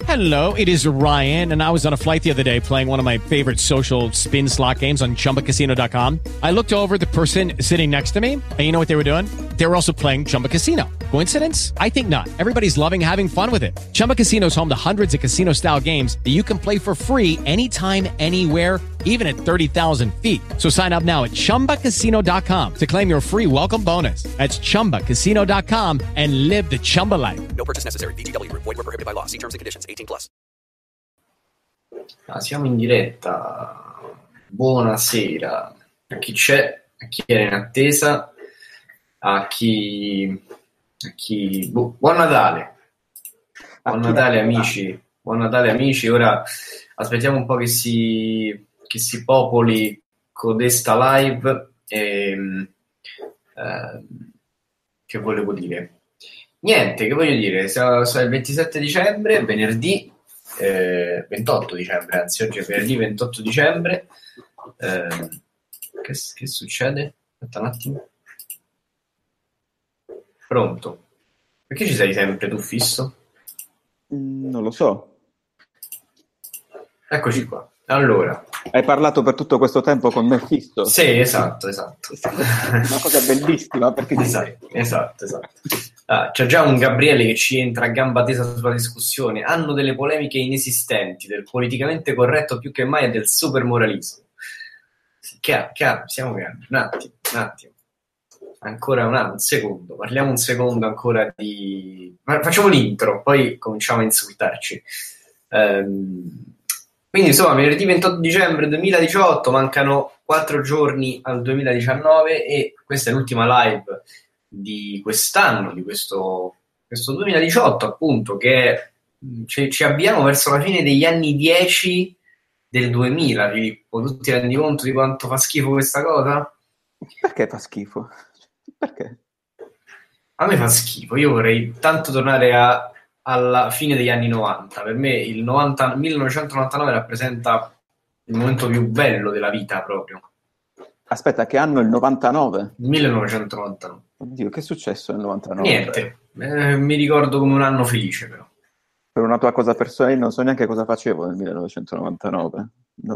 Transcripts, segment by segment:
Hello, it is Ryan, and I was on a flight the other day playing one of my favorite social spin slot games on ChumbaCasino.com. I looked over at the person sitting next to me, and you know what they were doing? They were also playing Chumba Casino. Coincidence? I think not. Everybody's loving having fun with it. Chumba Casino is home to hundreds of casino-style games that you can play for free anytime, anywhere, even at 30,000 feet. So sign up now at ChumbaCasino.com to claim your free welcome bonus. That's ChumbaCasino.com and live the Chumba life. No purchase necessary. VGW. Void where prohibited by law. See terms and conditions. 18+. Siamo in diretta. Buonasera a chi c'è, a chi era in attesa, a chi buon Natale. Buon Natale amici. Buon Natale amici. Ora aspettiamo un po' che si popoli codesta live e che volevo dire? Niente, che voglio dire? Sarà il 27 dicembre, venerdì 28 dicembre, anzi oggi è venerdì 28 dicembre. Che succede? Aspetta un attimo. Pronto? Perché ci sei sempre tu fisso? Non lo so. Eccoci qua. Allora. Hai parlato per tutto questo tempo con me fisso? Sì, esatto. Una cosa bellissima perché Esatto. C'è già un Gabriele che ci entra a gamba tesa sulla discussione. Hanno delle polemiche inesistenti, del politicamente corretto più che mai e del super moralismo. Chiaro, siamo chiari. Un attimo. Ancora un secondo. Parliamo un secondo ancora di... Facciamo l'intro, poi cominciamo a insultarci. Quindi insomma, venerdì 28 dicembre 2018, mancano 4 giorni al 2019 e questa è l'ultima live di quest'anno, di questo 2018 appunto, che ci abbiamo verso la fine degli anni 10 del 2000, Filippo. Tu ti rendi conto di quanto fa schifo questa cosa? Perché fa schifo? Perché? A me fa schifo, io vorrei tanto tornare alla fine degli anni 90. Per me il 1999 rappresenta il momento più bello della vita proprio. Aspetta, che anno è il 99? 1999. Oddio, che è successo nel 99? Niente, mi ricordo come un anno felice però. Per una tua cosa personale non so neanche cosa facevo nel 1999.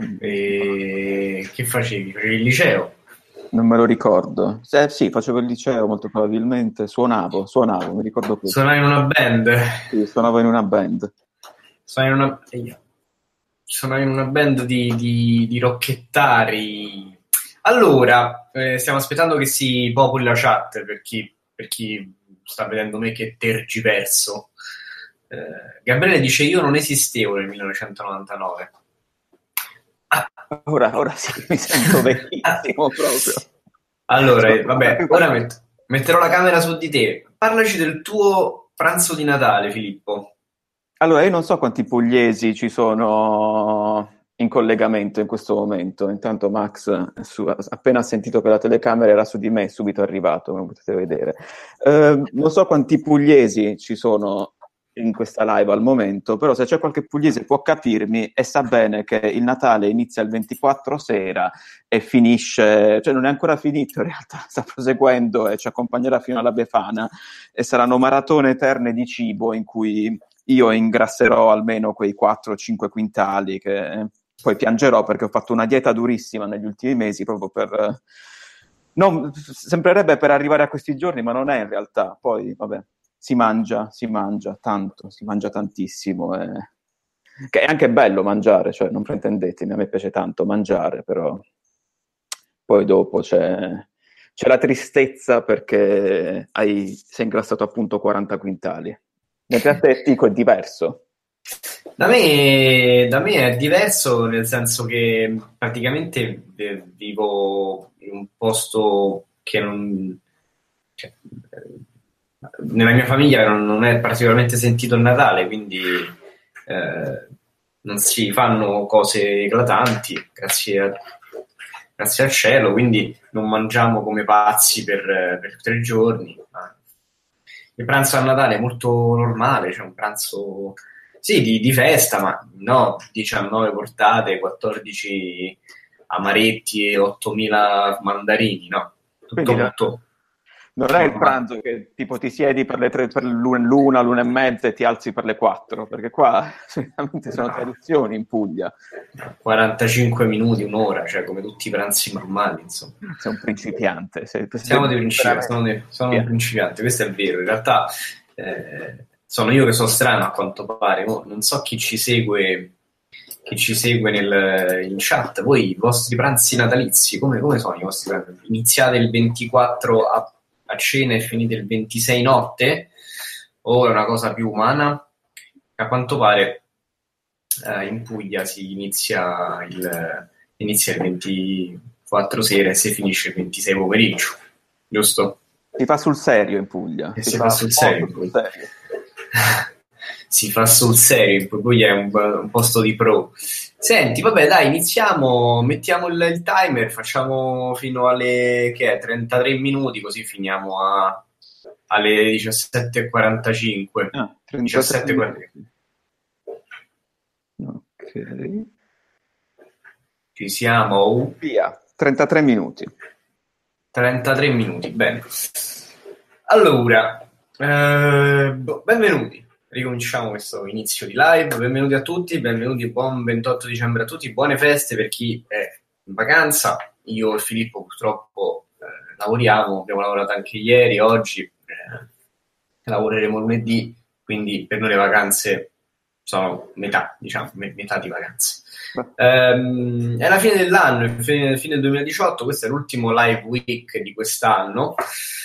Che facevi? Facevi il liceo? Non me lo ricordo. Sì, facevo il liceo molto probabilmente. Suonavo, mi ricordo più. Suonavi in una band? Sì, suonavo in una band. Suonavi in una band di rocchettari. Allora, stiamo aspettando che si popoli la chat per chi sta vedendo me che tergiverso. Gabriele dice: io non esistevo nel 1999. Ora sì, mi sento vecchissimo proprio. Allora, vabbè, ora metterò la camera su di te. Parlaci del tuo pranzo di Natale, Filippo. Allora, io non so quanti pugliesi ci sono in collegamento in questo momento. Intanto Max, appena ha sentito che la telecamera era su di me, è subito arrivato, come potete vedere. Non so quanti pugliesi ci sono in questa live al momento, però se c'è qualche pugliese può capirmi e sa bene che il Natale inizia il 24 sera e finisce, cioè non è ancora finito in realtà, sta proseguendo e ci accompagnerà fino alla Befana e saranno maratone eterne di cibo in cui io ingrasserò almeno quei 4-5 quintali che poi piangerò perché ho fatto una dieta durissima negli ultimi mesi proprio per... sembrerebbe per arrivare a questi giorni, ma non è in realtà. Poi, vabbè, si mangia tanto, si mangia tantissimo. Che è anche bello mangiare, cioè non fraintendetemi, a me piace tanto mangiare, però poi dopo c'è la tristezza perché sei ingrassato appunto 40 quintali. Mentre a te, Tico, è diverso. Da me è diverso, nel senso che praticamente vivo in un posto che non... Cioè, nella mia famiglia non è particolarmente sentito il Natale, quindi non si fanno cose eclatanti, grazie al cielo, quindi non mangiamo come pazzi per 3 giorni. Il pranzo a Natale è molto normale, cioè un pranzo sì di festa, ma no 19 portate, 14 amaretti e 8.000 mandarini, no, tutto. Non è il pranzo che tipo ti siedi per le 3, per l'una e mezza e ti alzi per le 4, perché qua veramente sono tradizioni in Puglia. 45 minuti, un'ora, cioè come tutti i pranzi normali, insomma. Sei un principiante. Siamo dei principianti, sono un principiante, questo è vero. In realtà sono io che sono strano a quanto pare. Non so chi ci segue in chat. Voi i vostri pranzi natalizi, come sono i vostri pranzi? Iniziate il 24 a cena e finite il 26 notte? O è una cosa più umana? A quanto pare in Puglia si inizia il 24 sera e si finisce il 26 pomeriggio, giusto? Si fa sul serio in Puglia. Si fa sul serio. Si fa sul serio, poi è un posto di pro. Senti, vabbè, dai, iniziamo, mettiamo il timer, facciamo fino alle 33 minuti, così finiamo alle 17:45. 17:45. Ok. Ci siamo. Via, 33 minuti. 33 minuti, bene. Allora, benvenuti. Ricominciamo questo inizio di live. Benvenuti a tutti, benvenuti, buon 28 dicembre a tutti, buone feste per chi è in vacanza. Io e Filippo purtroppo lavoriamo, abbiamo lavorato anche ieri, oggi lavoreremo lunedì, quindi per noi le vacanze sono metà, diciamo, metà di vacanze. È la fine dell'anno, fine del 2018, questo è l'ultimo live week di quest'anno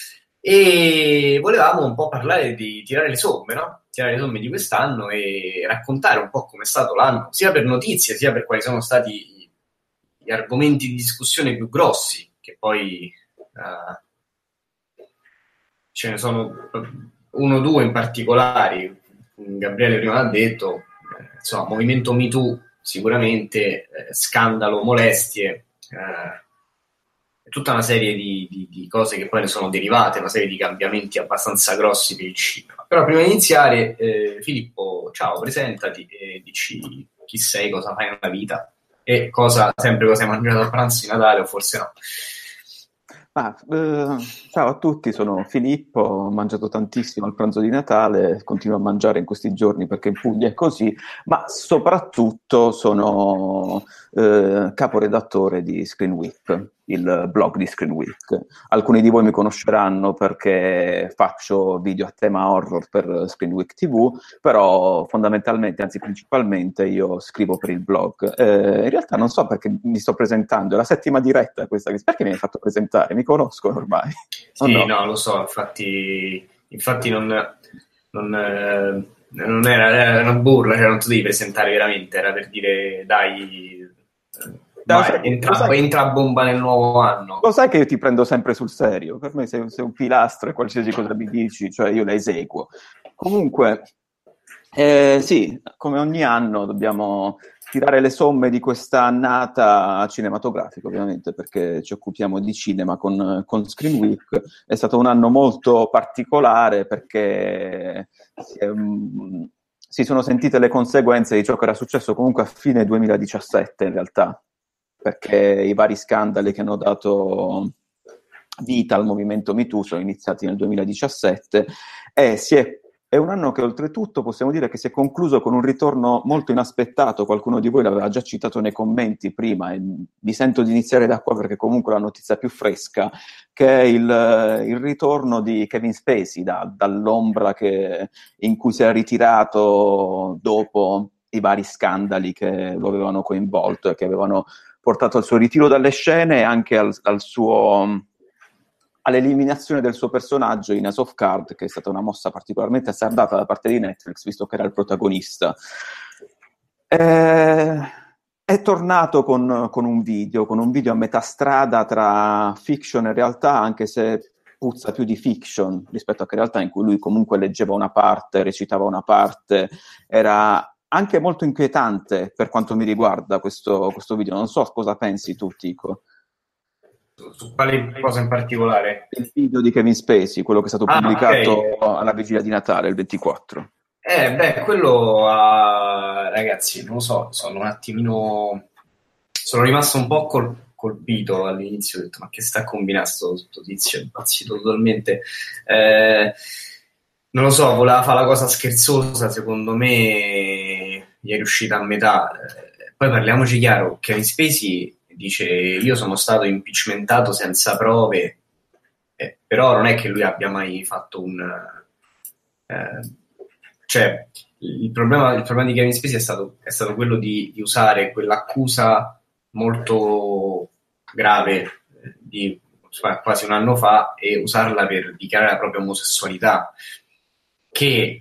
e volevamo un po' parlare di tirare le somme, no? Tirare le somme di quest'anno e raccontare un po' come è stato l'anno, sia per notizie, sia per quali sono stati gli argomenti di discussione più grossi, che poi ce ne sono uno o due in particolare. Gabriele prima ha detto, insomma, movimento Me Too sicuramente, scandalo, molestie, tutta una serie di cose che poi ne sono derivate, una serie di cambiamenti abbastanza grossi per il cinema. Però prima di iniziare, Filippo, ciao, presentati e dici chi sei, cosa fai nella vita e sempre cosa hai mangiato a pranzo di Natale o forse no. Ciao a tutti, sono Filippo, ho mangiato tantissimo al pranzo di Natale, continuo a mangiare in questi giorni perché in Puglia è così, ma soprattutto sono caporedattore di Screen Week, il blog di Screen Week. Alcuni di voi mi conosceranno perché faccio video a tema horror per Screen Week TV, però fondamentalmente, anzi principalmente, io scrivo per il blog. In realtà non so perché mi sto presentando, è la settima diretta questa, perché mi hai fatto presentare? Mi conoscono ormai. Sì, no, lo so, infatti non era una burla, cioè non ti devi presentare veramente, era per dire dai, entra a bomba nel nuovo anno. Lo sai che io ti prendo sempre sul serio, per me sei un pilastro e qualsiasi cosa mi dici, cioè io la eseguo. Comunque, sì, come ogni anno dobbiamo tirare le somme di questa annata cinematografica, ovviamente, perché ci occupiamo di cinema con Screen Week. È stato un anno molto particolare perché si sono sentite le conseguenze di ciò che era successo comunque a fine 2017 in realtà, perché i vari scandali che hanno dato vita al movimento Me Too sono iniziati nel 2017 e è un anno che oltretutto possiamo dire che si è concluso con un ritorno molto inaspettato. Qualcuno di voi l'aveva già citato nei commenti prima e vi sento di iniziare da qua perché comunque è la notizia più fresca, che è il ritorno di Kevin Spacey dall'ombra in cui si è ritirato dopo i vari scandali che lo avevano coinvolto e che avevano portato al suo ritiro dalle scene e anche all'eliminazione del suo personaggio in House of Cards, che è stata una mossa particolarmente azzardata da parte di Netflix, visto che era il protagonista. È tornato con un video a metà strada tra fiction e realtà, anche se puzza più di fiction rispetto a che realtà, in cui lui comunque leggeva una parte, recitava una parte. Era anche molto inquietante per quanto mi riguarda questo video. Non so cosa pensi tu, Tico. Su quale cosa in particolare? Il video di Kevin Spacey, quello che è stato pubblicato alla vigilia di Natale, il 24. Quello, ragazzi, non lo so, sono un attimino... Sono rimasto un po' colpito all'inizio, ho detto ma che sta combinando sto tizio, è impazzito totalmente. Non lo so, voleva fare la cosa scherzosa, secondo me gli è riuscita a metà. Poi parliamoci chiaro, Kevin Spacey dice io sono stato impeachmentato senza prove, però non è che lui abbia mai fatto cioè il problema di Kevin Spacey è stato quello di usare quell'accusa molto grave di quasi un anno fa e usarla per dichiarare la propria omosessualità, che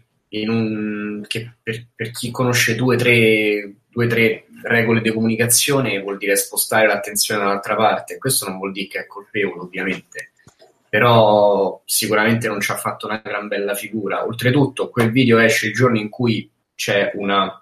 per chi conosce due o tre regole di comunicazione vuol dire spostare l'attenzione dall'altra parte. Questo non vuol dire che è colpevole, ovviamente, però sicuramente non ci ha fatto una gran bella figura. Oltretutto quel video esce il giorno in cui c'è una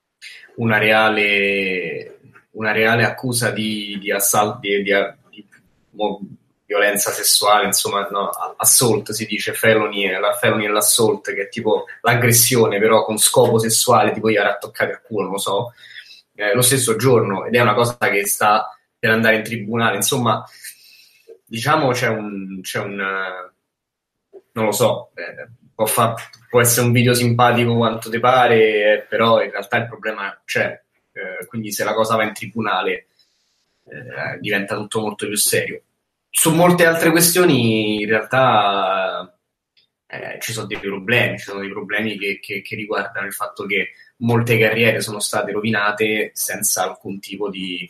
reale accusa di assalto, di violenza sessuale, insomma, no, assault si dice, felony e l'assault, che è tipo l'aggressione però con scopo sessuale, tipo gli avrà toccato il culo, non lo so, lo stesso giorno, ed è una cosa che sta per andare in tribunale. Insomma, diciamo c'è un non lo so, può essere un video simpatico quanto te pare, però in realtà il problema c'è, quindi se la cosa va in tribunale diventa tutto molto più serio. Su molte altre questioni in realtà ci sono dei problemi che riguardano il fatto che molte carriere sono state rovinate senza alcun tipo di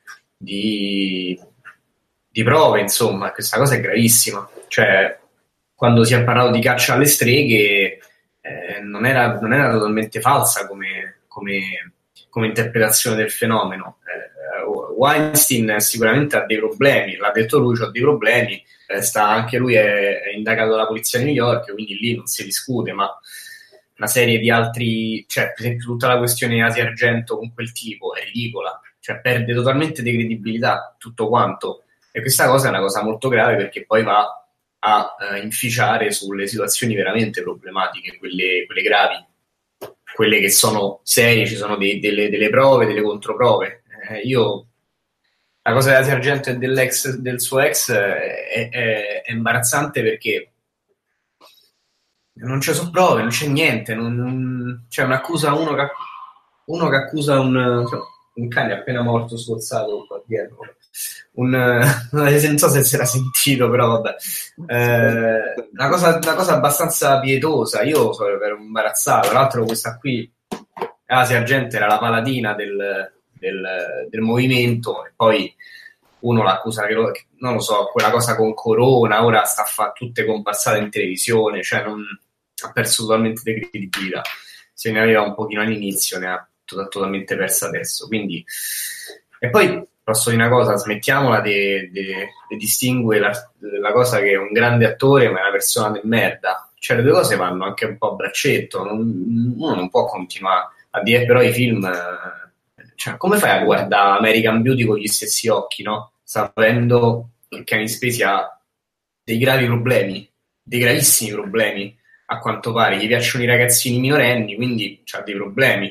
prove, insomma. Questa cosa è gravissima. Cioè, quando si è parlato di caccia alle streghe non era totalmente falsa come interpretazione del fenomeno. Weinstein sicuramente ha dei problemi, l'ha detto lui, c'ha dei problemi, anche lui è indagato dalla polizia di New York, quindi lì non si discute, ma una serie di altri, cioè per esempio tutta la questione Asia Argento con quel tipo è ridicola, cioè perde totalmente di credibilità tutto quanto, e questa cosa è una cosa molto grave, perché poi va a inficiare sulle situazioni veramente problematiche, quelle gravi, quelle che sono serie, ci sono delle prove, delle controprove. La cosa della Sargento e del suo ex è imbarazzante, perché non ci sono prove, non c'è niente, c'è un'accusa, uno che accusa un cane appena morto sgozzato qua dietro, non so se si era sentito, però vabbè, una cosa abbastanza pietosa. Io ero imbarazzato. Tra l'altro questa qui, Asia Argento, era la paladina del movimento, e poi uno l'accusa che non lo so, quella cosa con Corona, ora sta a fare tutte comparsate in televisione, cioè ha perso totalmente di credibilità. Se ne aveva un pochino all'inizio, ne ha totalmente persa adesso. Quindi, e poi posso dire una cosa, smettiamola di distinguere la cosa che è un grande attore ma è una persona di merda. Cioè le due cose vanno anche un po' a braccetto, uno non può continuare a dire però i film, cioè come fai a guardare American Beauty con gli stessi occhi, no? Sapendo che Kevin Spacey ha dei gravi problemi, dei gravissimi problemi, a quanto pare, gli piacciono i ragazzini minorenni, quindi ha dei problemi.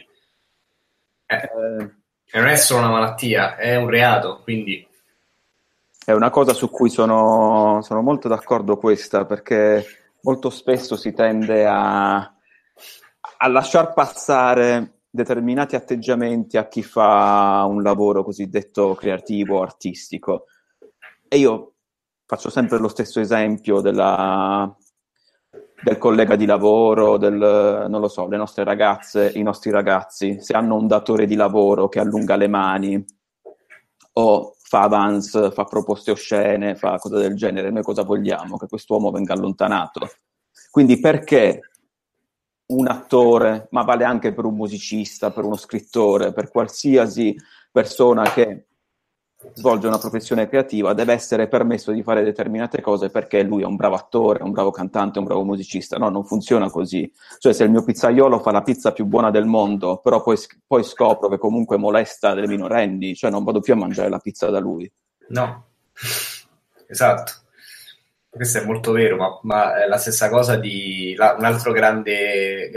Non è solo una malattia, è un reato, quindi è una cosa su cui sono molto d'accordo, questa, perché molto spesso si tende a lasciar passare determinati atteggiamenti a chi fa un lavoro cosiddetto creativo, artistico. E io faccio sempre lo stesso esempio del collega di lavoro, non lo so, le nostre ragazze, i nostri ragazzi, se hanno un datore di lavoro che allunga le mani o fa avance, fa proposte oscene, fa cose del genere, noi cosa vogliamo? Che quest'uomo venga allontanato. Quindi perché un attore, ma vale anche per un musicista, per uno scrittore, per qualsiasi persona che svolge una professione creativa, deve essere permesso di fare determinate cose perché lui è un bravo attore, un bravo cantante, un bravo musicista? No, non funziona così. Cioè, se il mio pizzaiolo fa la pizza più buona del mondo, però poi scopro che comunque molesta delle minorenni, cioè non vado più a mangiare la pizza da lui. No, esatto. Questo è molto vero, ma è la stessa cosa un altro grande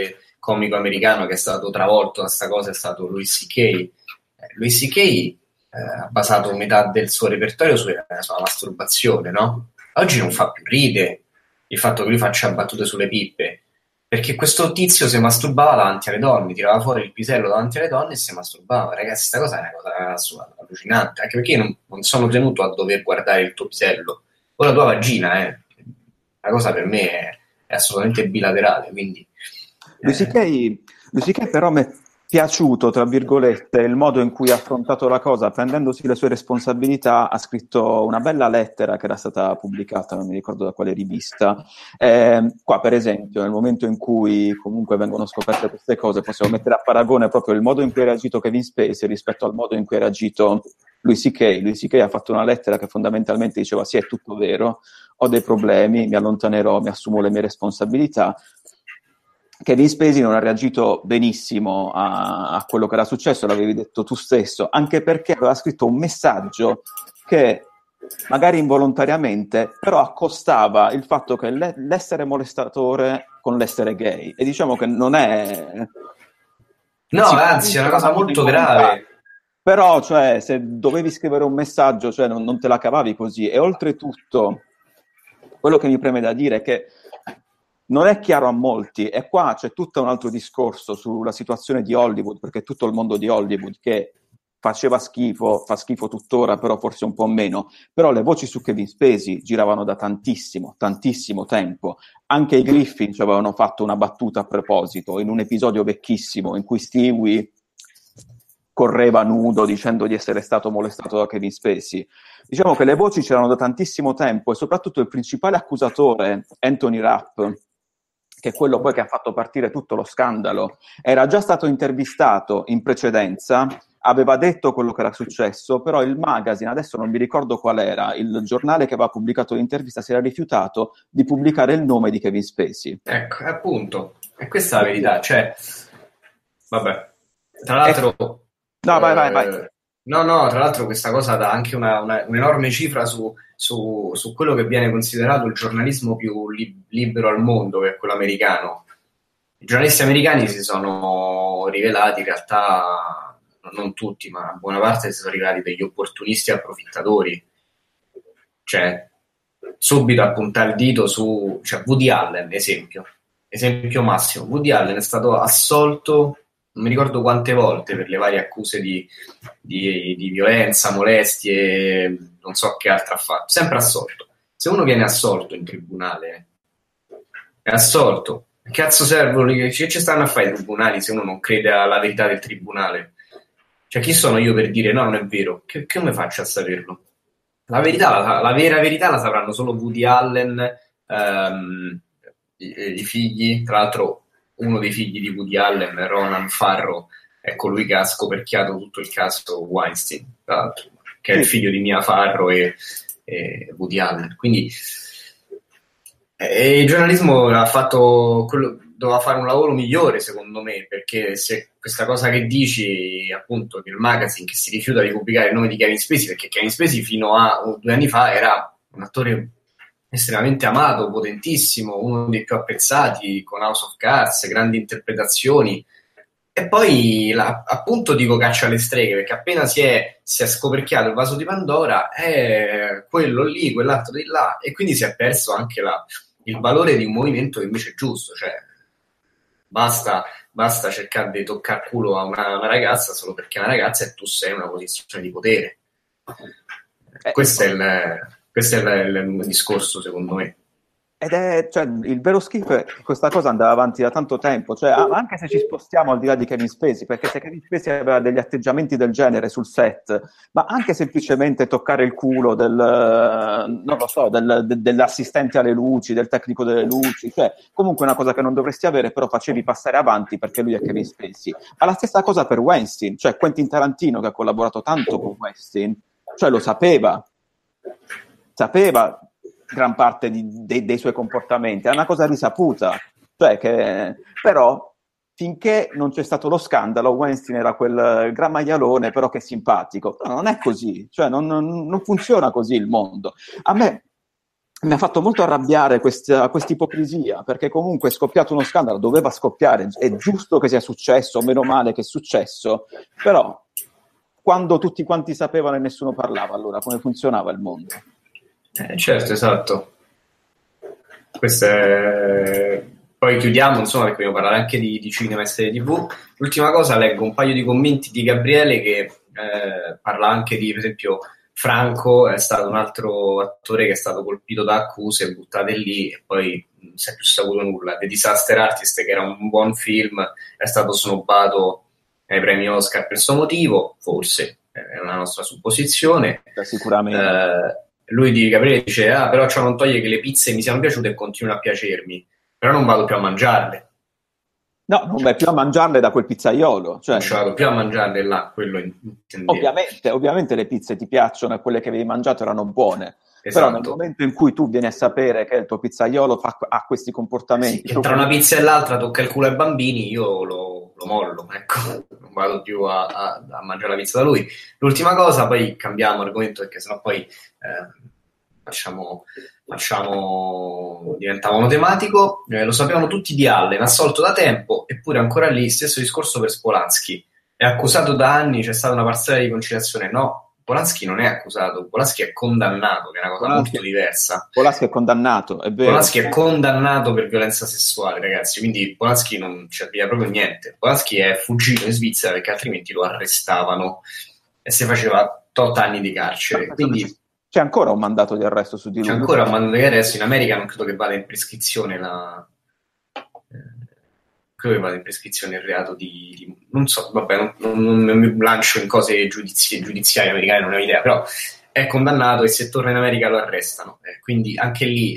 comico americano che è stato travolto da questa cosa è stato Louis C.K. Louis C.K. ha basato metà del suo repertorio sulla masturbazione, no? Oggi non fa più ride il fatto che lui faccia battute sulle pippe, perché questo tizio si masturbava davanti alle donne, tirava fuori il pisello davanti alle donne e si masturbava. Ragazzi, questa cosa è una cosa allucinante, anche perché io non sono tenuto a dover guardare il tuo pisello o la tua vagina, la cosa per me è assolutamente bilaterale, quindi... Louis C.K. però mi è piaciuto, tra virgolette, il modo in cui ha affrontato la cosa, prendendosi le sue responsabilità. Ha scritto una bella lettera che era stata pubblicata, non mi ricordo da quale rivista. Qua, per esempio, nel momento in cui comunque vengono scoperte queste cose, possiamo mettere a paragone proprio il modo in cui ha reagito Kevin Spacey rispetto al modo in cui ha reagito Louis C.K. Louis C.K. ha fatto una lettera che fondamentalmente diceva: sì, è tutto vero, ho dei problemi, mi allontanerò, mi assumo le mie responsabilità. Kevin Spacey non ha reagito benissimo a quello che era successo, l'avevi detto tu stesso, anche perché aveva scritto un messaggio che magari involontariamente però accostava il fatto che l'essere molestatore con l'essere gay, e diciamo che non è... No, anzi, è una cosa molto grave. Però, cioè, se dovevi scrivere un messaggio, cioè, non te la cavavi così. E oltretutto, quello che mi preme da dire è che non è chiaro a molti, e qua c'è tutto un altro discorso sulla situazione di Hollywood, perché tutto il mondo di Hollywood che faceva schifo, fa schifo tuttora, però forse un po' meno. Però le voci su Kevin Spacey giravano da tantissimo tempo. Anche i Griffin ci avevano fatto una battuta a proposito, in un episodio vecchissimo, in cui Stewie correva nudo dicendo di essere stato molestato da Kevin Spacey. Diciamo che le voci c'erano da tantissimo tempo, e soprattutto il principale accusatore, Anthony Rapp, che è quello poi che ha fatto partire tutto lo scandalo, era già stato intervistato in precedenza, aveva detto quello che era successo, però il magazine, adesso non mi ricordo qual era, il giornale che aveva pubblicato l'intervista si era rifiutato di pubblicare il nome di Kevin Spacey. Ecco, appunto, e questa è la verità, cioè, vabbè, tra l'altro... No, vai. No, tra l'altro questa cosa dà anche un'enorme cifra su quello che viene considerato il giornalismo più libero al mondo, che è quello americano. I giornalisti americani si sono rivelati, in realtà, non tutti, ma buona parte si sono rivelati degli opportunisti e approfittatori. Cioè, subito a puntare il dito su... Cioè, Woody Allen, esempio massimo. Woody Allen è stato assolto non mi ricordo quante volte per le varie accuse di violenza, molestie, non so che altro ha fatto, sempre assolto. Se uno viene assolto in tribunale, è assolto. Che cazzo servono? Che ci stanno a fare i tribunali se uno non crede alla verità del tribunale? Cioè, chi sono io per dire no, non è vero? Che come faccio a saperlo? La verità, la vera verità la sapranno solo Woody Allen, i figli, tra l'altro uno dei figli di Woody Allen, Ronan Farrow, è colui che ha scoperchiato tutto il caso Weinstein, tra l'altro, che è il figlio di Mia Farrow e Woody Allen. Quindi il giornalismo doveva fare un lavoro migliore, secondo me, perché se questa cosa che dici, appunto, che il magazine che si rifiuta di pubblicare il nome di Kevin Spacey, perché Kevin Spacey fino a 2 anni fa era un attore estremamente amato, potentissimo, uno dei più apprezzati, con House of Cards, grandi interpretazioni, e poi appunto dico caccia alle streghe, perché appena si è scoperchiato il vaso di Pandora è quello lì, quell'altro di là, e quindi si è perso anche il valore di un movimento che invece è giusto. Cioè, basta cercare di toccare culo a una ragazza solo perché è una ragazza e tu sei in una posizione di potere. Questo è il discorso, secondo me. Ed è, cioè, il vero schifo è che questa cosa andava avanti da tanto tempo, cioè, anche se ci spostiamo al di là di Kevin Spacey, perché se Kevin Spacey aveva degli atteggiamenti del genere sul set, ma anche semplicemente toccare il culo dell'assistente alle luci, del tecnico delle luci, cioè comunque una cosa che non dovresti avere, però facevi passare avanti perché lui è Kevin Spacey. Ma la stessa cosa per Weinstein, cioè Quentin Tarantino, che ha collaborato tanto con Weinstein, cioè lo sapeva gran parte dei suoi comportamenti, è una cosa risaputa, cioè che però finché non c'è stato lo scandalo Weinstein era quel gran maialone però che è simpatico. No, non è così, cioè non funziona così il mondo. A me mi ha fatto molto arrabbiare questa ipocrisia, perché comunque è scoppiato uno scandalo, doveva scoppiare, è giusto che sia successo, meno male che è successo, però quando tutti quanti sapevano e nessuno parlava, allora come funzionava il mondo? Certo, esatto. Questo è... Poi chiudiamo, insomma, perché vogliamo parlare anche di cinema e serie TV. L'ultima cosa, leggo un paio di commenti di Gabriele che parla anche di, per esempio, Franco è stato un altro attore che è stato colpito da accuse, buttate lì e poi non si è più saputo nulla. The Disaster Artist, che era un buon film, è stato snobbato ai premi Oscar per questo motivo, forse, è una nostra supposizione. Sicuramente. Lui di Gabriele dice, però ciò non toglie che le pizze mi siano piaciute e continuano a piacermi, però non vado più a mangiarle. No, non vai più a mangiarle da quel pizzaiolo. Cioè, non ci vado più a mangiarle là, quello intendevo. Ovviamente le pizze ti piacciono e quelle che avevi mangiato erano buone. Esatto. Però nel momento in cui tu vieni a sapere che il tuo pizzaiolo ha questi comportamenti... Sì, che tra una pizza e l'altra tocca il culo ai bambini, io lo mollo, ecco, non vado più a mangiare la pizza da lui. L'ultima cosa, poi cambiamo argomento perché sennò poi diventa monotematico. Lo sapevano tutti di Allen, assolto da tempo, eppure ancora lì, stesso discorso per Polanski. È accusato da anni, c'è stata una parziale riconciliazione. No, Polanski non è accusato, Polanski è condannato, che è una cosa molto diversa. Polanski è condannato, è vero. Polanski è condannato per violenza sessuale, ragazzi, quindi Polanski non c'aveva proprio niente. Polanski è fuggito in Svizzera perché altrimenti lo arrestavano e si faceva 8 anni di carcere. Quindi c'è ancora un mandato di arresto su di lui. C'è ancora un mandato di arresto, in America non credo che vada in prescrizione credo che vada in prescrizione il reato di non so, vabbè, non mi lancio in cose giudiziarie americane, non ho idea, però è condannato e se torna in America lo arrestano. Quindi anche lì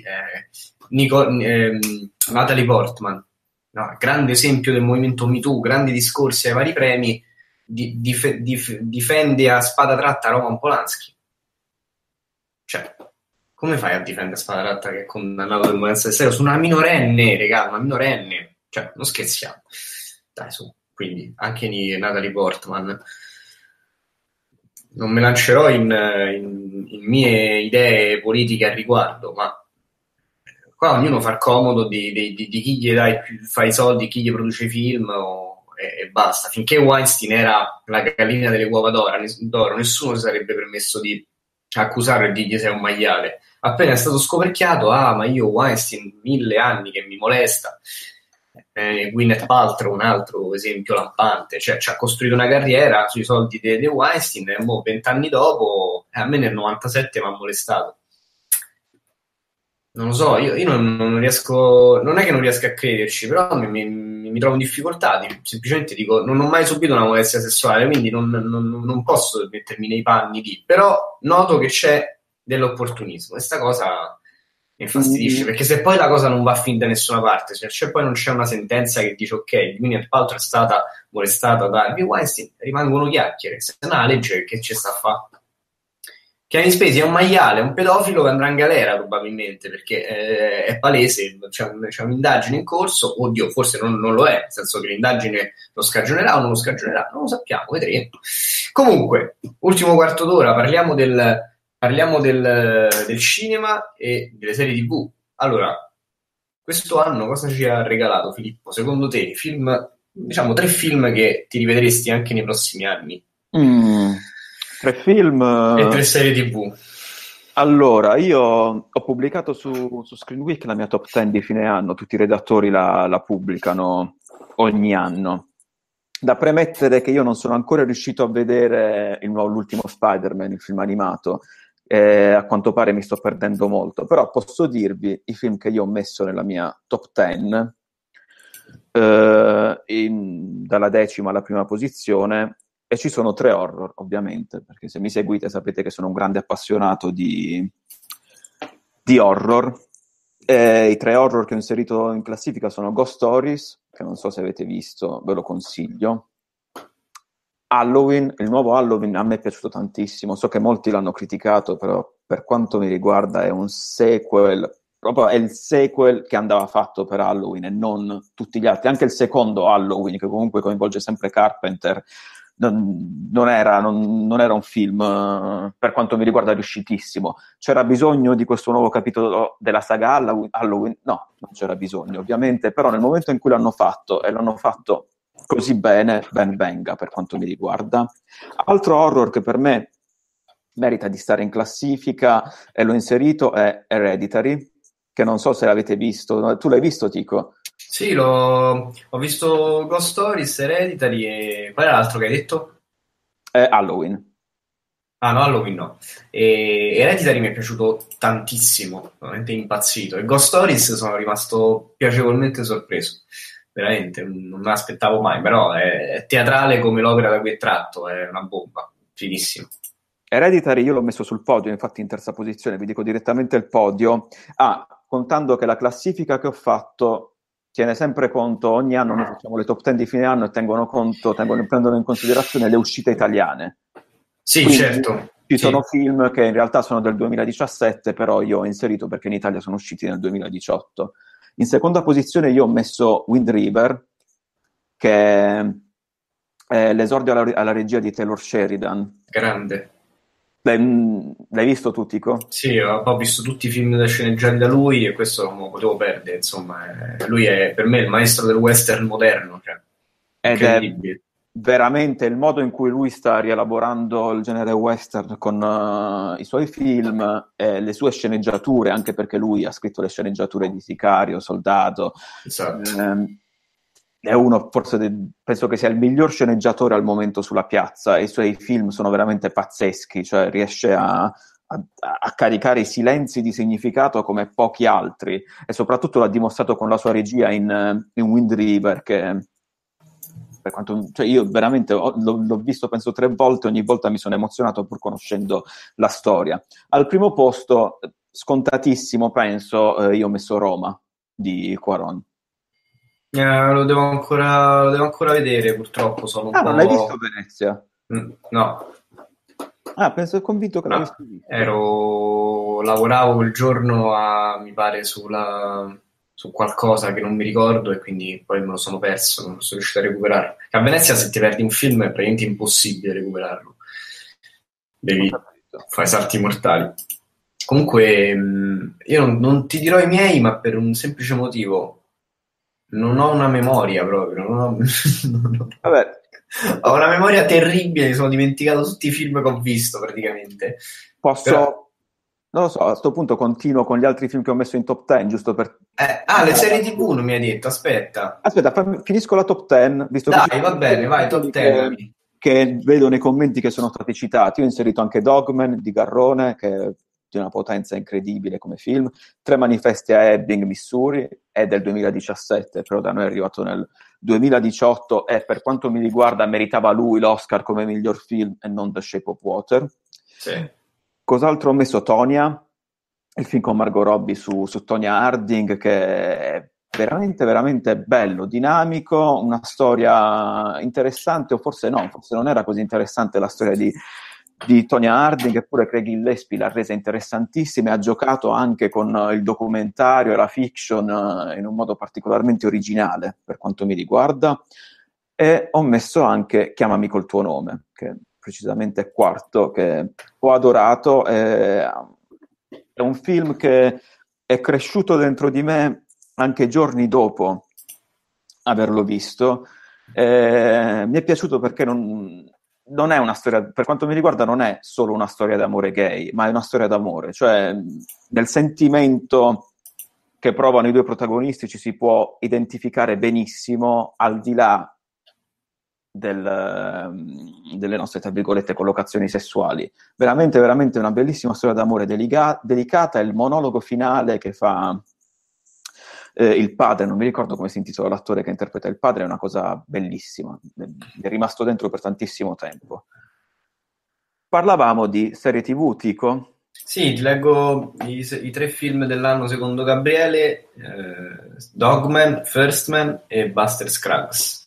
Natalie Portman, no, grande esempio del movimento Me Too, grandi discorsi ai vari premi, difende a spada tratta Roman Polanski. Cioè, come fai a difendere a spada tratta che è condannato per violenza sessuale su una minorenne, regà, una minorenne? Cioè, non scherziamo. Dai, su. Quindi, anche Natalie Portman. Non me lancerò in mie idee politiche al riguardo, ma qua ognuno fa il comodo di chi gli fa i soldi, chi gli produce i film e basta. Finché Weinstein era la gallina delle uova d'oro, nessuno si sarebbe permesso di accusarlo e dirgli sei un maiale. Appena è stato scoperchiato, ma io Weinstein 1000 anni che mi molesta. Gwyneth Paltrow, un altro esempio lampante, cioè ci ha costruito una carriera sui soldi di Weinstein e 20 anni dopo a me nel 97 mi ha molestato. Non lo so, io non riesco, non è che non riesco a crederci, però mi trovo in difficoltà, semplicemente dico non ho mai subito una molestia sessuale, quindi non posso mettermi nei panni però noto che c'è dell'opportunismo, questa cosa mi infastidisce, perché se poi la cosa non va a fin da nessuna parte, se poi non c'è una sentenza che dice ok, Gwyneth Paltrow è stata molestata da Harvey Weinstein, rimangono chiacchiere, se no la legge che ci sta a fare? Kevin Spacey è un maiale, un pedofilo che andrà in galera probabilmente, perché è palese, c'è un'indagine in corso, oddio, forse non lo è, nel senso che l'indagine lo scagionerà o non lo scagionerà, non lo sappiamo, vedremo. Comunque, ultimo quarto d'ora, parliamo del cinema e delle serie TV. Allora, questo anno cosa ci ha regalato Filippo? Secondo te, film, diciamo 3 film che ti rivedresti anche nei prossimi anni? 3 film e 3 serie TV. Allora, io ho pubblicato su Screen Week la mia top 10 di fine anno, tutti i redattori la pubblicano ogni anno. Da premettere che io non sono ancora riuscito a vedere l'ultimo Spider-Man, il film animato, a quanto pare mi sto perdendo molto, però posso dirvi i film che io ho messo nella mia top 10, dalla 10ª alla prima posizione, e ci sono 3 horror, ovviamente, perché se mi seguite sapete che sono un grande appassionato di horror. I 3 horror che ho inserito in classifica sono Ghost Stories, che non so se avete visto, ve lo consiglio. Halloween, il nuovo Halloween a me è piaciuto tantissimo, so che molti l'hanno criticato, però per quanto mi riguarda è un sequel, proprio è il sequel che andava fatto per Halloween e non tutti gli altri. Anche il secondo Halloween, che comunque coinvolge sempre Carpenter, non era un film, per quanto mi riguarda, riuscitissimo. C'era bisogno di questo nuovo capitolo della saga Halloween? No, non c'era bisogno, ovviamente, però nel momento in cui l'hanno fatto, e l'hanno fatto così bene, ben venga per quanto mi riguarda. Altro horror che per me merita di stare in classifica e l'ho inserito è Hereditary, che non so se l'avete visto. Tu l'hai visto, Tico? Sì, ho visto Ghost Stories, Hereditary e qual è l'altro che hai detto? Halloween. Ah no, Halloween no. E Hereditary mi è piaciuto tantissimo, veramente impazzito. E Ghost Stories sono rimasto piacevolmente sorpreso. Veramente, non me l'aspettavo mai, però è teatrale come l'opera da cui è tratto, è una bomba, finissimo. Hereditary io l'ho messo sul podio, infatti in terza posizione, vi dico direttamente il podio. Contando che la classifica che ho fatto tiene sempre conto, ogni anno noi facciamo le top 10 di fine anno e prendono in considerazione le uscite italiane. Sì, quindi, certo. Ci sono film che in realtà sono del 2017, però io ho inserito perché in Italia sono usciti nel 2018. In seconda posizione io ho messo Wind River, che è l'esordio alla regia di Taylor Sheridan. Grande. L'hai visto tu, Tico? Sì, ho visto tutti i film da sceneggiati da lui e questo non lo potevo perdere, insomma. Lui è per me il maestro del western moderno. Cioè, Ed è veramente il modo in cui lui sta rielaborando il genere western con i suoi film e le sue sceneggiature, anche perché lui ha scritto le sceneggiature di Sicario, Soldato. Esatto. È uno, penso che sia il miglior sceneggiatore al momento sulla piazza, e i suoi film sono veramente pazzeschi, cioè riesce a caricare i silenzi di significato come pochi altri, e soprattutto l'ha dimostrato con la sua regia in Wind River, che per quanto, cioè io veramente l'ho visto penso 3 volte, ogni volta mi sono emozionato pur conoscendo la storia. Al primo posto, scontatissimo penso, io ho messo Roma di Cuarón. Lo devo ancora vedere, purtroppo sono un po'... non l'hai visto Venezia? No. Penso convinto che l'avessi visto. Lavoravo quel giorno mi pare su qualcosa che non mi ricordo e quindi poi me lo sono perso, non sono riuscito a recuperarlo. A Venezia se ti perdi un film è praticamente impossibile recuperarlo. Devi fare salti mortali. Comunque io non ti dirò i miei, ma per un semplice motivo. Non ho una memoria proprio. Vabbè. Ho una memoria terribile, mi sono dimenticato tutti i film che ho visto praticamente. Non lo so, a questo punto continuo con gli altri film che ho messo in top 10, giusto per... le serie TV non mi hai detto, aspetta, finisco la top 10, visto dai, che... va bene, vai, top 10. Che vedo nei commenti che sono stati citati. Io ho inserito anche Dogman di Garrone, che è di una potenza incredibile come film, 3 manifesti a Ebbing, Missouri, è del 2017, però da noi è arrivato nel 2018 e per quanto mi riguarda meritava lui l'Oscar come miglior film e non The Shape of Water. Sì. Cos'altro ho messo? Tonya, il film con Margot Robbie su Tonya Harding, che è veramente, veramente bello, dinamico, una storia interessante, o forse non era così interessante la storia di Tonya Harding, eppure Craig Gillespie l'ha resa interessantissima e ha giocato anche con il documentario e la fiction in un modo particolarmente originale per quanto mi riguarda. E ho messo anche Chiamami col tuo nome, che precisamente è quarto, che ho adorato. È un film che è cresciuto dentro di me anche giorni dopo averlo visto. Mi è piaciuto perché non è una storia, per quanto mi riguarda, non è solo una storia d'amore gay, ma è una storia d'amore, cioè nel sentimento che provano i 2 protagonisti ci si può identificare benissimo, al di là delle nostre, tra virgolette, collocazioni sessuali. Veramente, veramente una bellissima storia d'amore delicata, e il monologo finale che fa il padre, non mi ricordo come si intitola l'attore che interpreta il padre, è una cosa bellissima, mi è rimasto dentro per tantissimo tempo. Parlavamo di serie TV, Tico? Sì, ti leggo i 3 film dell'anno secondo Gabriele: Dogman, First Man e Buster Scruggs.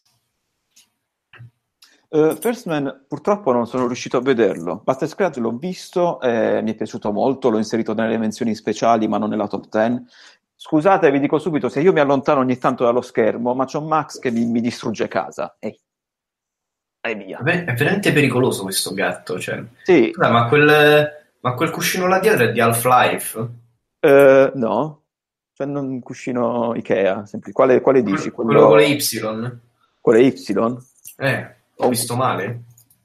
First Man purtroppo non sono riuscito a vederlo. Buster Scruggs l'ho visto, mi è piaciuto molto, l'ho inserito nelle menzioni speciali ma non nella top 10. Scusate, vi dico subito, se io mi allontano ogni tanto dallo schermo, ma c'ho Max che mi distrugge casa. E via. È veramente pericoloso questo gatto. Cioè. Sì. Ma quel cuscino là dietro è di Half-Life? No. Cioè un cuscino Ikea. Quale dici? Quello con le Y? Con le Y? Ho visto male?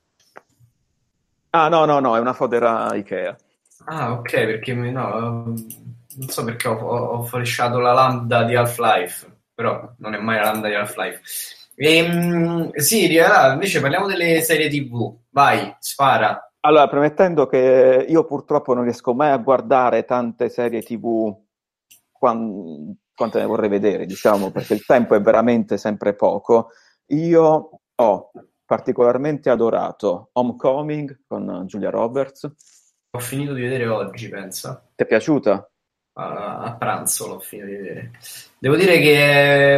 Ah, no, è una fodera Ikea. Ah, ok, perché no, non so perché ho flashato la lambda di Half-Life, però non è mai la lambda di Half-Life. Sì, invece parliamo delle serie TV. Vai, spara. Allora, premettendo che io purtroppo non riesco mai a guardare tante serie TV quante ne vorrei vedere, diciamo, perché il tempo è veramente sempre poco. Io ho particolarmente adorato Homecoming con Julia Roberts. Ho finito di vedere oggi, pensa. Ti è piaciuta? A pranzo l'ho finito di vedere. Devo dire che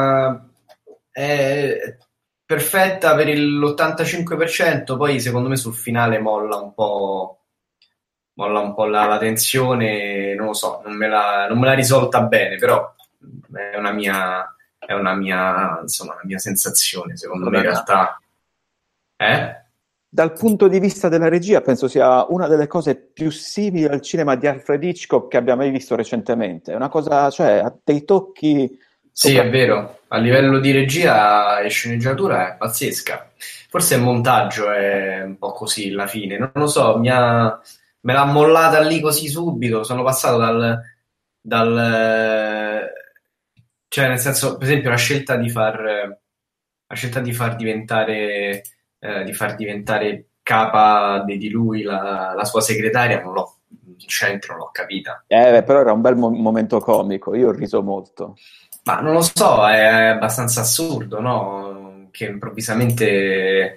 è perfetta per l'85%, poi secondo me sul finale molla un po' la tensione, non lo so, non me l'ha risolta bene, però è una mia insomma, una mia sensazione, secondo me in realtà. Dal punto di vista della regia, penso sia una delle cose più simili al cinema di Alfred Hitchcock che abbia mai visto recentemente. È una cosa, cioè, ha dei tocchi... Sì, è vero, a livello di regia e sceneggiatura è pazzesca. Forse il montaggio è un po' così alla fine, non lo so, me l'ha mollata lì così subito, sono passato cioè nel senso, per esempio la scelta di far diventare capa di lui la sua segretaria, sinceramente non l'ho capita. Però era un bel momento comico, io ho riso molto. Ma non lo so, è abbastanza assurdo, no? Che improvvisamente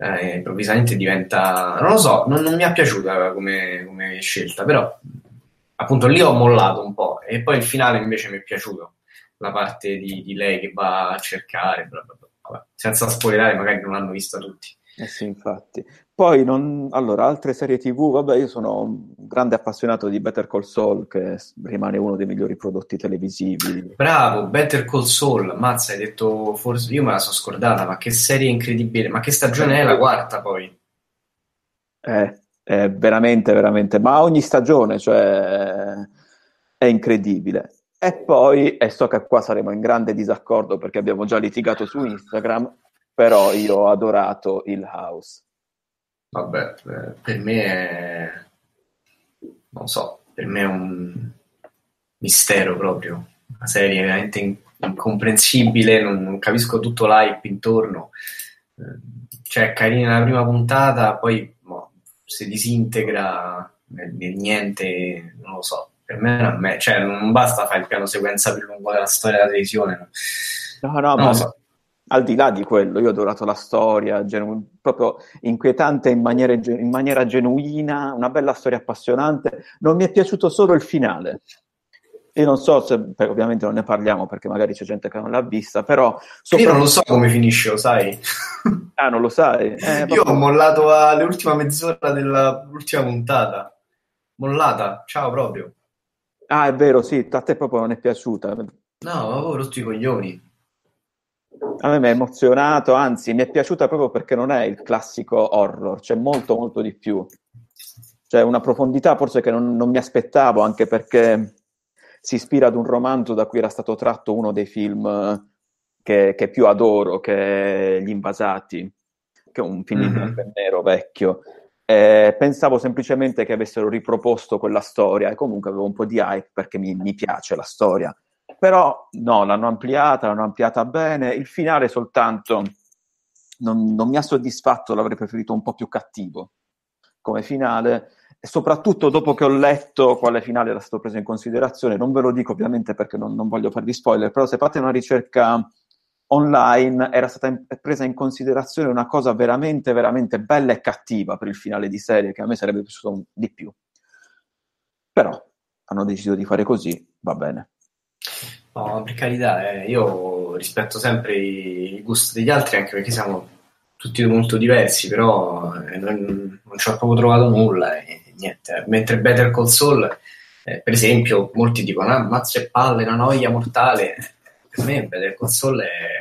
diventa... Non lo so, non mi è piaciuta come scelta, però appunto lì ho mollato un po', e poi il finale invece mi è piaciuto, la parte di lei che va a cercare, bla bla bla. Vabbè, senza spoilerare, magari non l'hanno vista tutti. Sì, infatti. Poi, allora, altre serie TV, vabbè, io sono un grande appassionato di Better Call Saul, che rimane uno dei migliori prodotti televisivi. Bravo, Better Call Saul, mazza, hai detto, forse io me la sono scordata, ma che serie incredibile, ma che stagione è la quarta poi? È veramente, veramente, ma ogni stagione, cioè, è incredibile. E poi, e so che qua saremo in grande disaccordo perché abbiamo già litigato su Instagram, però io ho adorato Hill House. Vabbè, per me è... non so, per me è un mistero proprio, una serie veramente incomprensibile, non capisco tutto l'hype intorno, cioè è carina la prima puntata, poi si disintegra nel niente, non lo so, per me, cioè non basta fare il piano sequenza più lungo della storia della televisione. No, non ma lo so. Al di là di quello, io ho adorato la storia, proprio inquietante in maniera genuina, una bella storia appassionante. Non mi è piaciuto solo il finale. Io non so se, ovviamente non ne parliamo perché magari c'è gente che non l'ha vista, però... Io non lo so come finisce, lo sai? Ah, non lo sai? Io ho mollato all'ultima mezz'ora dell'ultima puntata. Mollata, ciao proprio. Ah, è vero, sì, a te proprio non è piaciuta. No, avevo rotto i coglioni. A me mi ha emozionato, anzi mi è piaciuta proprio perché non è il classico horror, c'è molto molto di più, c'è una profondità forse che non mi aspettavo, anche perché si ispira ad un romanzo da cui era stato tratto uno dei film che più adoro, che è Gli Invasati, che è un film in bianco e nero vecchio. Pensavo semplicemente che avessero riproposto quella storia e comunque avevo un po' di hype perché mi piace la storia. Però no, l'hanno ampliata bene, il finale soltanto non mi ha soddisfatto, l'avrei preferito un po' più cattivo come finale, e soprattutto dopo che ho letto quale finale era stato preso in considerazione, non ve lo dico ovviamente perché non voglio farvi spoiler, però se fate una ricerca online era stata presa in considerazione una cosa veramente, veramente bella e cattiva per il finale di serie, che a me sarebbe piaciuto di più. Però hanno deciso di fare così, va bene. No, per carità, io rispetto sempre i gusti degli altri, anche perché siamo tutti molto diversi, però non ci ho proprio trovato nulla e niente. Mentre Better Call Saul, per esempio, molti dicono ammazza e palle, una noia mortale. Per me Better Call Saul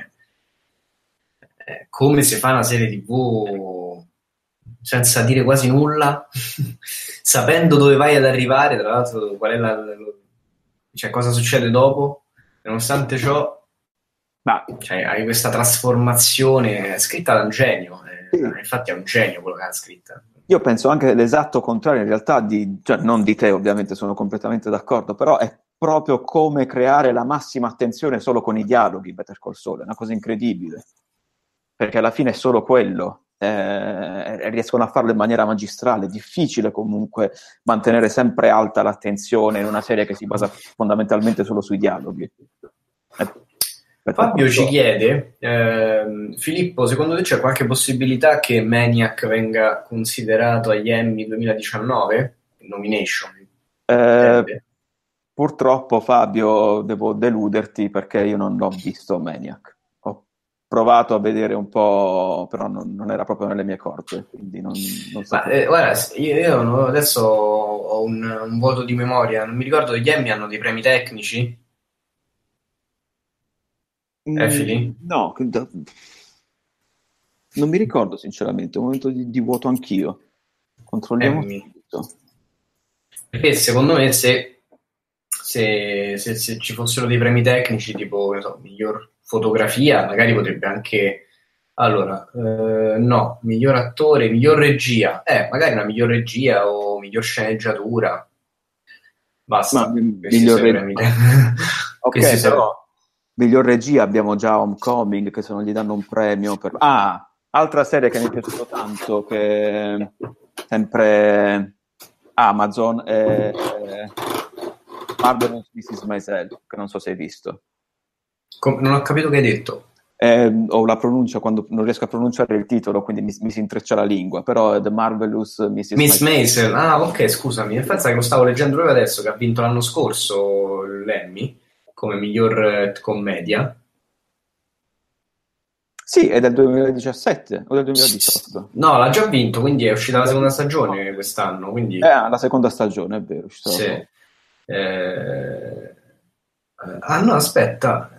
è come se fa una serie TV senza dire quasi nulla, sapendo dove vai ad arrivare, tra l'altro qual è cioè cosa succede dopo. Nonostante ciò Ma Cioè, hai questa trasformazione scritta da un genio. sì, Infatti è un genio quello che ha scritta. io penso anche l'esatto contrario in realtà cioè non di te ovviamente, sono completamente d'accordo, però è proprio come creare la massima attenzione solo con i dialoghi Better Call Saul, è una cosa incredibile, perché alla fine è solo quello, riescono a farlo in maniera magistrale, è difficile comunque mantenere sempre alta l'attenzione in una serie che si basa fondamentalmente solo sui dialoghi. Fabio ci chiede, Filippo, secondo te c'è qualche possibilità che Maniac venga considerato agli Emmy 2019? Nomination? Purtroppo Fabio devo deluderti perché io non ho visto Maniac, ho provato a vedere un po', però non era proprio nelle mie corde, quindi non sapevo. Guarda, io adesso ho un vuoto di memoria, non mi ricordo, gli Emmy hanno dei premi tecnici? Fili? No, non mi ricordo sinceramente, un momento di vuoto anch'io. Controlliamo Emmy. tutto. Perché secondo me se ci fossero dei premi tecnici tipo, non so, miglior fotografia, magari potrebbe anche... Allora, no, miglior attore, miglior regia. Magari una miglior regia o miglior sceneggiatura. Basta. Ma Questi miglior sono i regia. premi tecnici. Ok, Questi sono- però miglior regia abbiamo già Homecoming, che se non gli danno un premio per... Ah, altra serie che mi è piaciuta tanto, che sempre Amazon, è Marvelous Mrs. Maisel, che non so se hai visto. Non ho capito che hai detto. Ho la pronuncia quando non riesco a pronunciare il titolo, quindi mi si intreccia la lingua, però è The Marvelous Mrs. Miss Maisel. Maisel. Ah, ok, scusami. Infatti che lo stavo leggendo proprio adesso, che ha vinto l'anno scorso l'Emmy come miglior commedia. Sì, è del 2017 o del 2018. No, l'ha già vinto, quindi è uscita la seconda stagione quest'anno, quindi... La seconda stagione, è vero. Sì. No, aspetta.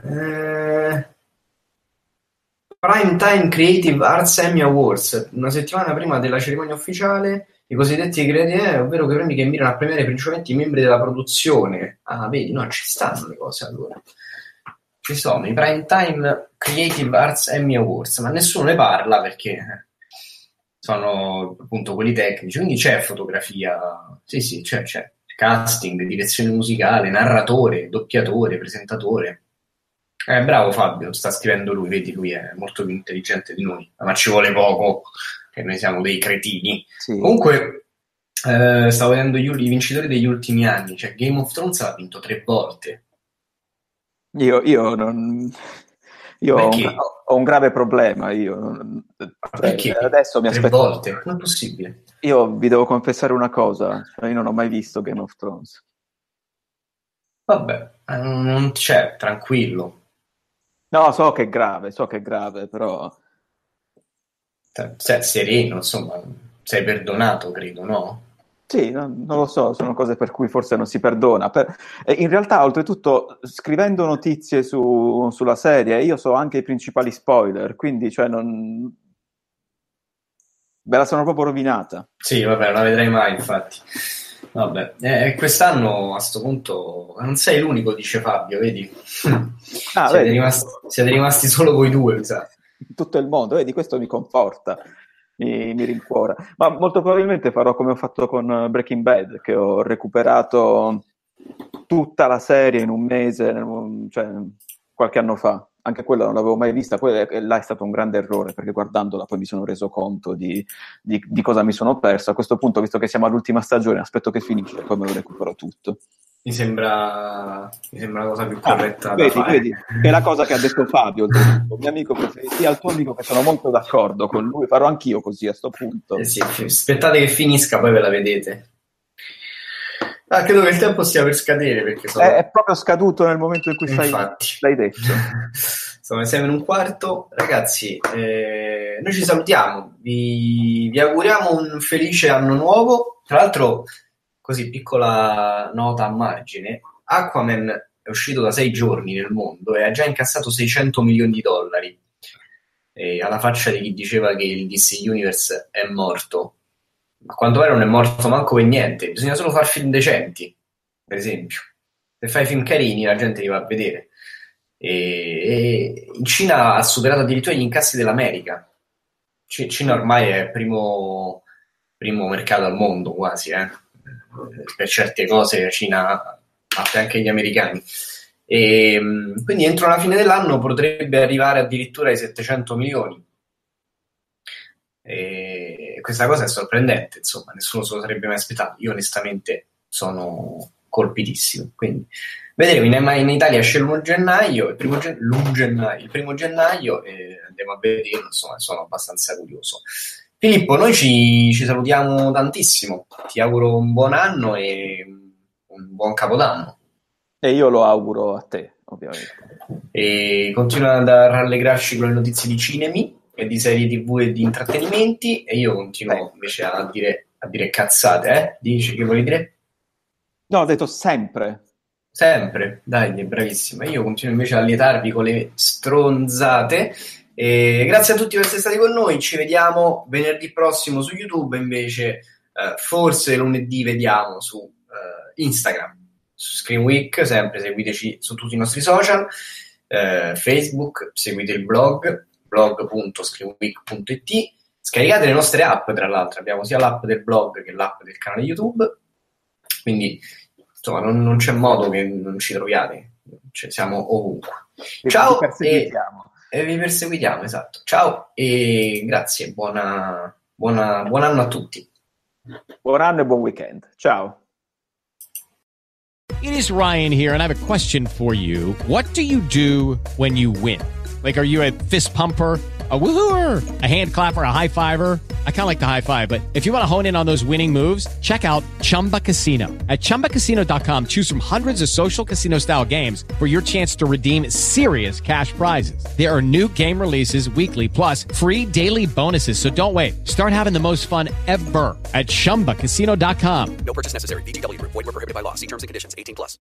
Primetime Creative Arts Emmy Awards, una settimana prima della cerimonia ufficiale, i cosiddetti creativi, ovvero quei premi che mirano a premiare principalmente i membri della produzione. Ah, vedi, no, ci stanno le cose allora. Ci sono i Primetime Creative Arts Emmy Awards, ma nessuno ne parla perché sono appunto quelli tecnici, quindi c'è fotografia, sì, c'è casting, direzione musicale, narratore, doppiatore, presentatore. Bravo Fabio, sta scrivendo lui, vedi, lui è molto più intelligente di noi, ma ci vuole poco, che noi siamo dei cretini. Sì. Comunque, stavo vedendo i vincitori degli ultimi anni, cioè Game of Thrones l'ha vinto 3 volte. Io non... Io Perché? ho un grave problema, Perché? Adesso mi 3 aspetto... volte? Non è possibile. Io vi devo confessare una cosa, io non ho mai visto Game of Thrones. Vabbè, non c'è, tranquillo. No, so che è grave, però... Sei sereno, insomma, sei perdonato, credo, no? Sì, non lo so, sono cose per cui forse non si perdona. In realtà, oltretutto, scrivendo notizie sulla serie, io so anche i principali spoiler, quindi cioè non... me la sono proprio rovinata. Sì, vabbè, non la vedrai mai, infatti. Vabbè, quest'anno a sto punto non sei l'unico, dice Fabio, vedi? Vedi. Siete rimasti solo voi due, mi sa. In tutto il mondo, vedi, questo mi conforta, mi rincuora. Ma molto probabilmente farò come ho fatto con Breaking Bad, che ho recuperato tutta la serie in un mese, cioè qualche anno fa. Anche quella non l'avevo mai vista, là è stato un grande errore, perché guardandola poi mi sono reso conto di cosa mi sono perso. A questo punto, visto che siamo all'ultima stagione, aspetto che finisce e poi me lo recupero tutto. Mi sembra la cosa più corretta da Vedi, fare. che è la cosa che ha detto Fabio, il mio amico preferito, sia il tuo amico, che sono molto d'accordo con lui, farò anch'io così a sto punto. Sì, aspettate che finisca, poi ve la vedete. Credo che il tempo stia per scadere, perché È proprio scaduto nel momento in cui l'hai detto. Sono le 6:15, ragazzi, noi ci salutiamo, vi auguriamo un felice anno nuovo. Tra l'altro, così piccola nota a margine, Aquaman è uscito da 6 giorni nel mondo e ha già incassato $600 milioni, alla faccia di chi diceva che il DC Universe è morto. A quanto pare non è morto manco per niente, bisogna solo far film decenti, per esempio. Se fai film carini la gente li va a vedere. e in Cina ha superato addirittura gli incassi dell'America. Cina ormai è il primo mercato al mondo quasi, per certe cose Cina batte anche gli americani, e quindi entro la fine dell'anno potrebbe arrivare addirittura ai 700 milioni. E questa cosa è sorprendente, insomma, nessuno se lo sarebbe mai aspettato. Io onestamente sono colpitissimo, quindi vedremo. In Italia esce il 1 gennaio, il primo gennaio, e andiamo a vederlo, insomma, sono abbastanza curioso. Filippo, noi ci salutiamo tantissimo, ti auguro un buon anno e un buon Capodanno. E io lo auguro a te, ovviamente. E continua ad rallegrarci con le notizie di cinemi e di serie TV e di intrattenimenti, e io continuo invece a dire cazzate, Dici che vuoi dire? No, ho detto sempre. Sempre, dai, è bravissima. Io continuo invece a lietarvi con le stronzate. E grazie a tutti per essere stati con noi. Ci vediamo venerdì prossimo su YouTube, invece forse lunedì vediamo su Instagram, su Screen Week. Sempre seguiteci su tutti i nostri social, Facebook, seguite il blog.screenweek.it. Scaricate le nostre app, tra l'altro abbiamo sia l'app del blog che l'app del canale YouTube, quindi insomma non c'è modo che non ci troviate, siamo ovunque. Ciao, e vi perseguitiamo, esatto. Ciao e grazie, buon anno a tutti. Buon anno e buon weekend. Ciao. It is Ryan here, and I have a question for you. What do you do when you win? Like, are you a fist pumper, a woohooer, a hand clapper, a high fiver? I kind of like the high five, but if you want to hone in on those winning moves, check out Chumba Casino. At ChumbaCasino.com, choose from hundreds of social casino-style games for your chance to redeem serious cash prizes. There are new game releases weekly, plus free daily bonuses, so don't wait. Start having the most fun ever at ChumbaCasino.com. No purchase necessary. VGW Group. Void where prohibited by law. See terms and conditions. 18+.